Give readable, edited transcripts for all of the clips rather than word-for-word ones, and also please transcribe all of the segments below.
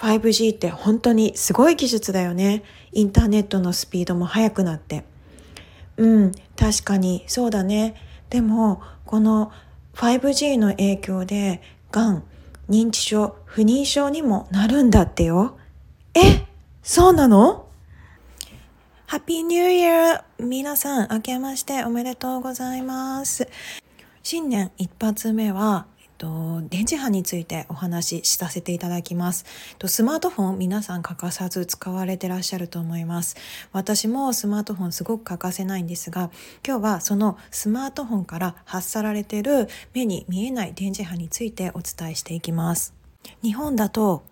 5G って本当にすごい技術だよね。インターネットのスピードも速くなって。確かにそうだね。でもこの 5G の影響でがん、認知症、不妊症にもなるんだってよ。そうなの？ハッピーニューイヤー、皆さん明けましておめでとうございます。新年一発目は、電磁波についてお話しさせていただきます。スマートフォン皆さん欠かさず使われてらっしゃると思います。私もスマートフォンすごく欠かせないんですが、今日はそのスマートフォンから発さられている目に見えない電磁波についてお伝えしていきます。日本だと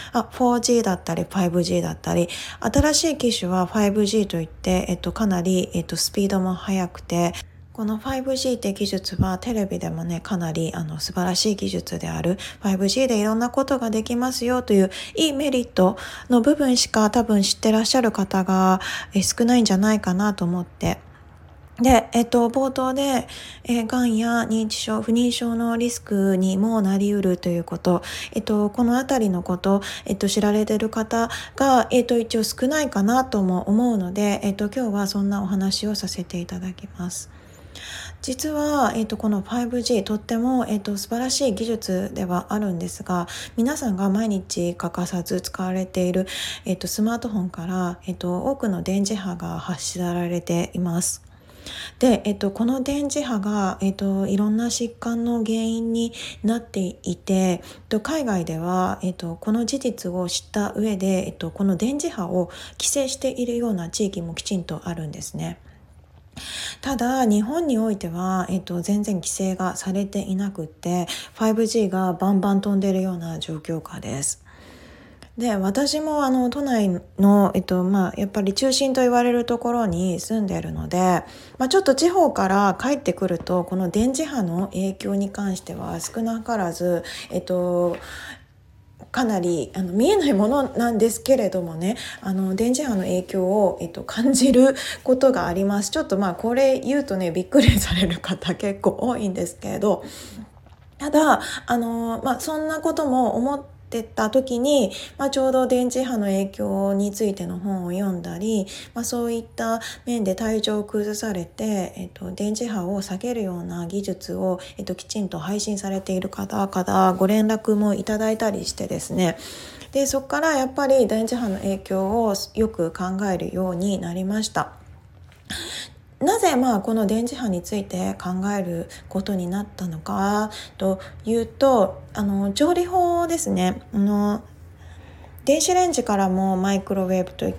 4G だったり 5G だったり、新しい機種は 5G といって、かなり、スピードも速くて、この 5G って技術はテレビでもね、かなり素晴らしい技術である 5G でいろんなことができますよといういいメリットの部分しか多分知ってらっしゃる方が少ないんじゃないかなと思って。で、冒頭で、がんや認知症、不妊症のリスクにもなり得るということ、このあたりのこと、知られている方が、一応少ないかなとも思うので、今日はそんなお話をさせていただきます。実は、この 5G とっても、素晴らしい技術ではあるんですが、皆さんが毎日欠かさず使われている、スマートフォンから、多くの電磁波が発しられています。で、この電磁波が、いろんな疾患の原因になっていて、海外では、この事実を知った上で、この電磁波を規制しているような地域もきちんとあるんですね。ただ日本においては、全然規制がされていなくって 5G がバンバン飛んでいるような状況下です。で、私も都内の、やっぱり中心と言われるところに住んでいるので、ちょっと地方から帰ってくるとこの電磁波の影響に関しては少なからず、かなり見えないものなんですけれどもね、電磁波の影響を、感じることがあります。ちょっとこれ言うとねびっくりされる方結構多いんですけれど、ただそんなことも思ってた時に、ちょうど電磁波の影響についての本を読んだり、そういった面で体調を崩されて、電磁波を避けるような技術を、きちんと配信されている方々ご連絡もいただいたりしてですね、でそこからやっぱり電磁波の影響をよく考えるようになりました。なぜこの電磁波について考えることになったのかというと、調理法ですね。電子レンジからもマイクロウェーブといって、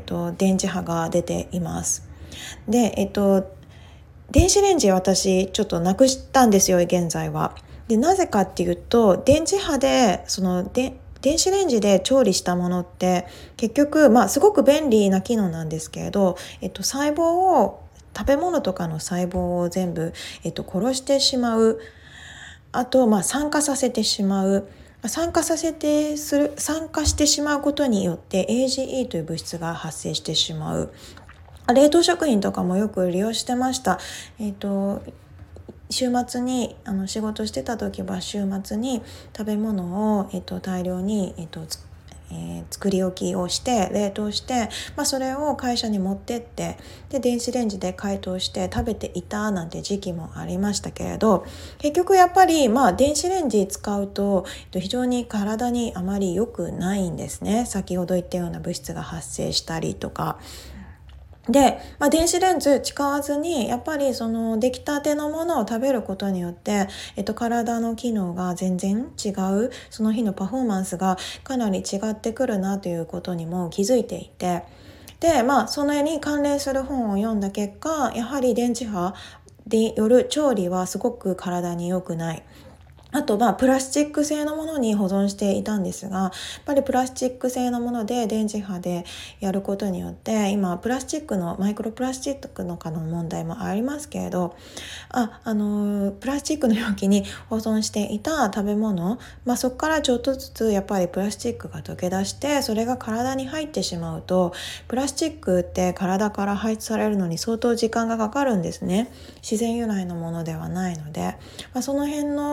電磁波が出ています。で、電子レンジ私ちょっとなくしたんですよ現在は。でなぜかっていうと、電磁波で電子レンジで調理したものって結局すごく便利な機能なんですけれど、細胞を食べ物とかの細胞を全部、殺してしまう。あと、酸化させてしまう。酸化してしまうことによって AGE という物質が発生してしまう。冷凍食品とかもよく利用してました。週末に仕事してた時は週末に食べ物を、大量に、作り置きをして冷凍して、それを会社に持ってってで電子レンジで解凍して食べていたなんて時期もありましたけれど、結局やっぱり電子レンジ使うと非常に体にあまり良くないんですね。先ほど言ったような物質が発生したりとかで、電子レンジ使わずにやっぱりその出来たてのものを食べることによって、体の機能が全然違う、その日のパフォーマンスがかなり違ってくるなということにも気づいていて、でその絵に関連する本を読んだ結果、やはり電磁波でよる調理はすごく体に良くない。あとプラスチック製のものに保存していたんですが、やっぱりプラスチック製のもので電磁波でやることによって今プラスチックのマイクロプラスチックの問題もありますけれど、プラスチックの容器に保存していた食べ物、そこからちょっとずつやっぱりプラスチックが溶け出してそれが体に入ってしまうと、プラスチックって体から排出されるのに相当時間がかかるんですね。自然由来のものではないので、その辺の危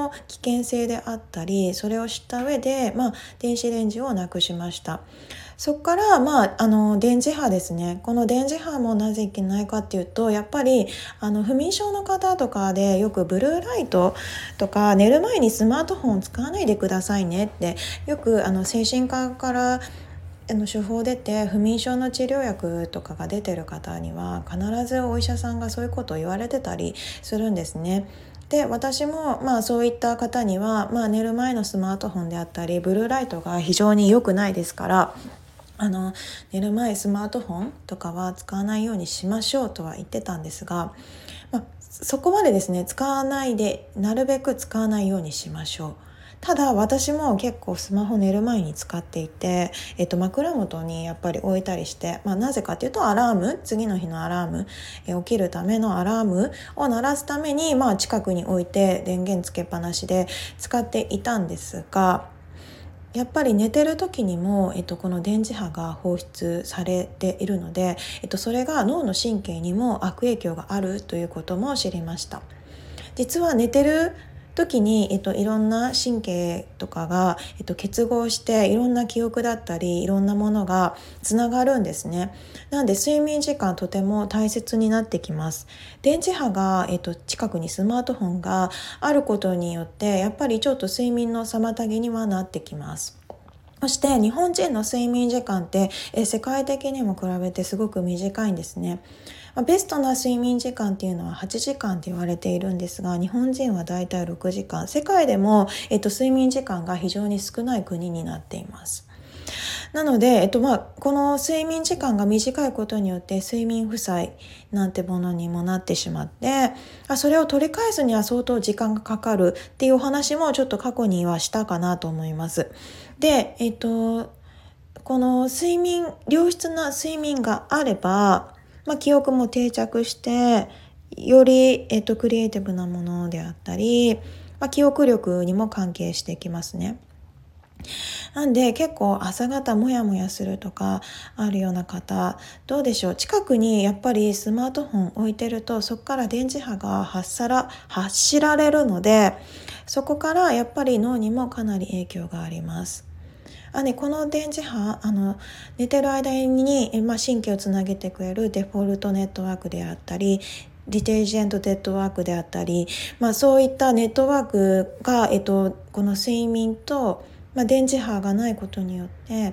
険性であったり、それを知った上で、電子レンジをなくしました。そこから、電磁波ですね。この電磁波もなぜいけないかっていうと、やっぱり不眠症の方とかでよくブルーライトとか、寝る前にスマートフォン使わないでくださいねってよく精神科から処方出て、不眠症の治療薬とかが出てる方には必ずお医者さんがそういうことを言われてたりするんですね。で、私もそういった方には、寝る前のスマートフォンであったりブルーライトが非常に良くないですから、寝る前スマートフォンとかは使わないようにしましょうとは言ってたんですが、そこまでですね、使わないで、なるべく使わないようにしましょう。ただ私も結構スマホ寝る前に使っていて、枕元にやっぱり置いたりして、なぜかっていうと次の日のアラーム、起きるためのアラームを鳴らすために、近くに置いて電源つけっぱなしで使っていたんですが、やっぱり寝てる時にも、この電磁波が放出されているので、それが脳の神経にも悪影響があるということも知りました。実は寝てる時に、いろんな神経とかが、結合していろんな記憶だったりいろんなものがつながるんですね。なので睡眠時間とても大切になってきます。電磁波が、近くにスマートフォンがあることによってやっぱりちょっと睡眠の妨げにはなってきます。そして日本人の睡眠時間って世界的にも比べてすごく短いんですね。ベストな睡眠時間っていうのは8時間って言われているんですが、日本人はだいたい6時間、世界でも、睡眠時間が非常に少ない国になっています。なので、この睡眠時間が短いことによって睡眠負債なんてものにもなってしまって、それを取り返すには相当時間がかかるっていうお話もちょっと過去にはしたかなと思います。で、この良質な睡眠があれば、記憶も定着してより、クリエイティブなものであったり、記憶力にも関係してきますね。なんで結構朝方モヤモヤするとかあるような方、どうでしょう。近くにやっぱりスマートフォン置いてると、そこから電磁波が発しられるので、そこからやっぱり脳にもかなり影響があります。この電磁波、寝てる間に、神経をつなげてくれるデフォルトネットワークであったり、リテイジェントネットワークであったり、そういったネットワークが、この睡眠と、電磁波がないことによって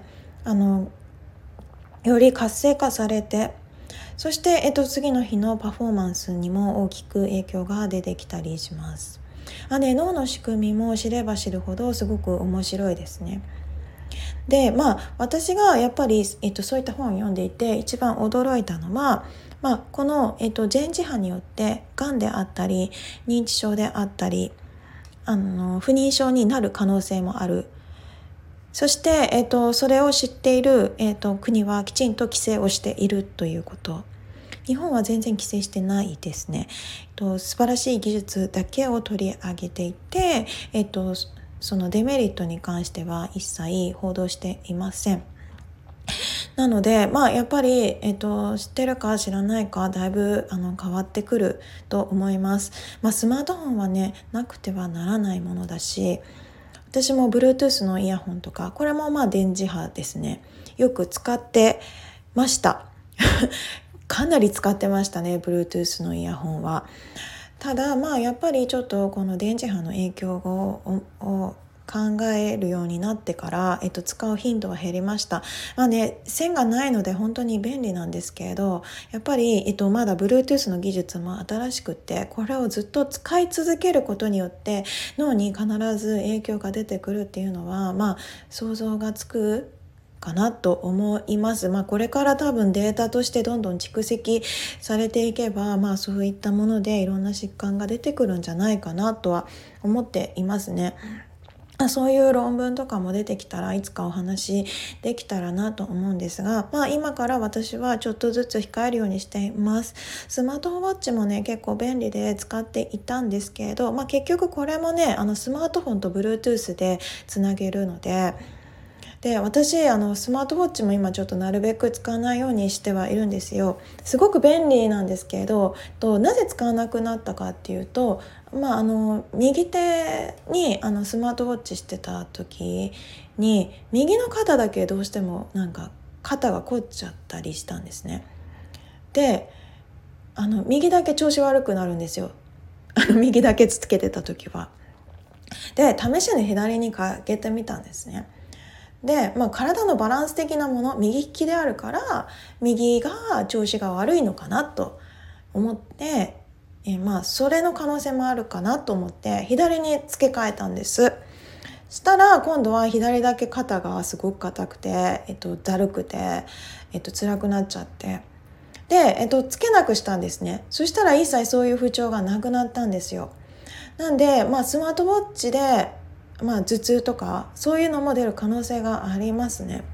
より活性化されて、そして、次の日のパフォーマンスにも大きく影響が出てきたりします。脳の仕組みも知れば知るほどすごく面白いですね。で、私がやっぱり、そういった本を読んでいて一番驚いたのは、この、電磁波によってがんであったり認知症であったり不妊症になる可能性もある。そして、それを知っている、国はきちんと規制をしているということ。日本は全然規制してないですね。素晴らしい技術だけを取り上げていて、そのデメリットに関しては一切報道していません。なので、やっぱり、知ってるか知らないかだいぶ変わってくると思います。スマートフォンはね、なくてはならないものだし、私も Bluetooth のイヤホンとか、これも電磁波ですね。よく使ってました。かなり使ってましたね、Bluetooth のイヤホンは。ただやっぱりちょっとこの電磁波の影響を考えるようになってから、使う頻度は減りました。線がないので本当に便利なんですけれど、やっぱり、まだ Bluetooth の技術も新しくて、これをずっと使い続けることによって脳に必ず影響が出てくるっていうのは、想像がつくかなと思います。これから多分データとしてどんどん蓄積されていけば、そういったものでいろんな疾患が出てくるんじゃないかなとは思っていますね。そういう論文とかも出てきたらいつかお話できたらなと思うんですが、今から私はちょっとずつ控えるようにしています。スマートウォッチもね、結構便利で使っていたんですけれど、結局これもね、スマートフォンと Bluetooth でつなげるので、 で、私スマートウォッチも今ちょっとなるべく使わないようにしてはいるんですよ。すごく便利なんですけれど、なぜ使わなくなったかっていうと、右手にスマートウォッチしてた時に右の肩だけどうしてもなんか肩が凝っちゃったりしたんですね。で右だけ調子悪くなるんですよ。右だけつけてた時は。で試しに左にかけてみたんですね。で、体のバランス的なもの、右利きであるから右が調子が悪いのかなと思って、それの可能性もあるかなと思って左に付け替えたんです。したら今度は左だけ肩がすごく硬くて、だるくて、辛くなっちゃって、で、つけなくしたんですね。そしたら一切そういう不調がなくなったんですよ。なんで、スマートウォッチで、頭痛とかそういうのも出る可能性がありますね。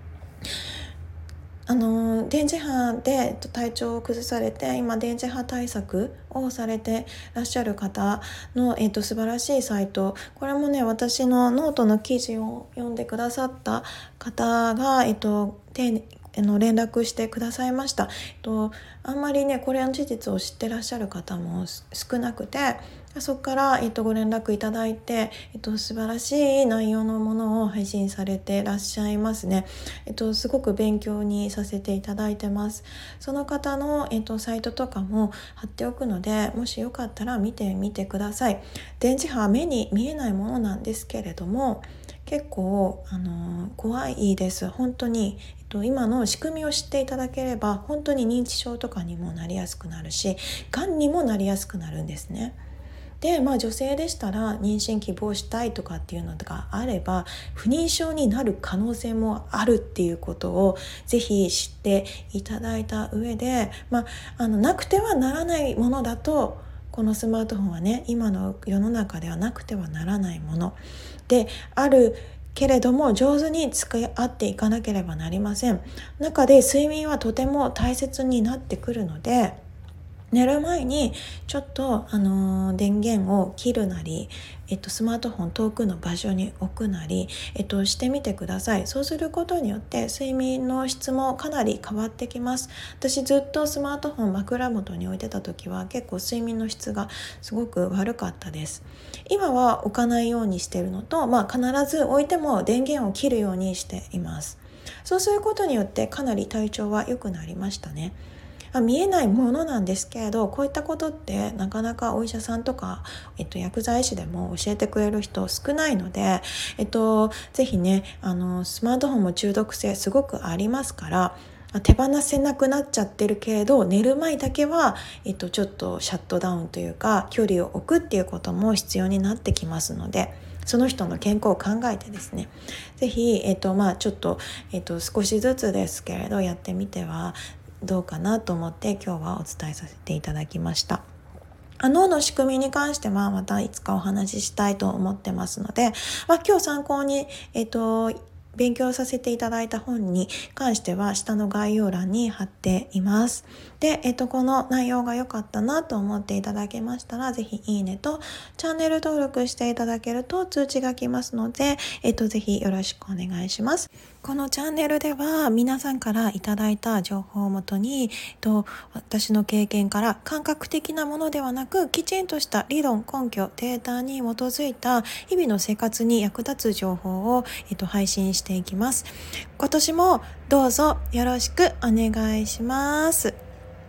電磁波で体調を崩されて今電磁波対策をされてらっしゃる方の、素晴らしいサイト、これもね私のノートの記事を読んでくださった方が、連絡してくださいました。あんまりねこれの事実を知ってらっしゃる方も少なくて、そこから、ご連絡いただいて、素晴らしい内容のものを配信されてらっしゃいますね。すごく勉強にさせていただいてます。その方の、サイトとかも貼っておくので、もしよかったら見てみてください。電磁波は目に見えないものなんですけれども、結構怖いです。本当に、今の仕組みを知っていただければ本当に認知症とかにもなりやすくなるし、がんにもなりやすくなるんですね。で、女性でしたら妊娠希望したいとかっていうのがあれば不妊症になる可能性もあるっていうことをぜひ知っていただいた上で、なくてはならないものだと、このスマートフォンはね今の世の中ではなくてはならないものであるけれども、上手に使い合っていかなければなりません。中で睡眠はとても大切になってくるので、寝る前にちょっと、電源を切るなり、スマートフォン遠くの場所に置くなり、してみてください。そうすることによって睡眠の質もかなり変わってきます。私ずっとスマートフォン枕元に置いてた時は結構睡眠の質がすごく悪かったです。今は置かないようにしているのと、必ず置いても電源を切るようにしています。そうすることによってかなり体調は良くなりましたね。見えないものなんですけれど、こういったことってなかなかお医者さんとか、薬剤師でも教えてくれる人少ないので、ぜひねスマートフォンも中毒性すごくありますから、手放せなくなっちゃってるけれど寝る前だけは、ちょっとシャットダウンというか距離を置くっていうことも必要になってきますので、その人の健康を考えてですね、ぜひ、ちょっと、少しずつですけれどやってみてはどうかなと思って今日はお伝えさせていただきました。脳の仕組みに関してはまたいつかお話ししたいと思ってますので、今日参考に、勉強させていただいた本に関しては下の概要欄に貼っています。で、この内容が良かったなと思っていただけましたら、ぜひいいねとチャンネル登録していただけると通知が来ますので、ぜひよろしくお願いします。このチャンネルでは皆さんからいただいた情報をもとに、私の経験から感覚的なものではなく、きちんとした理論、根拠、データに基づいた日々の生活に役立つ情報を、配信していきます。今年もどうぞよろしくお願いします。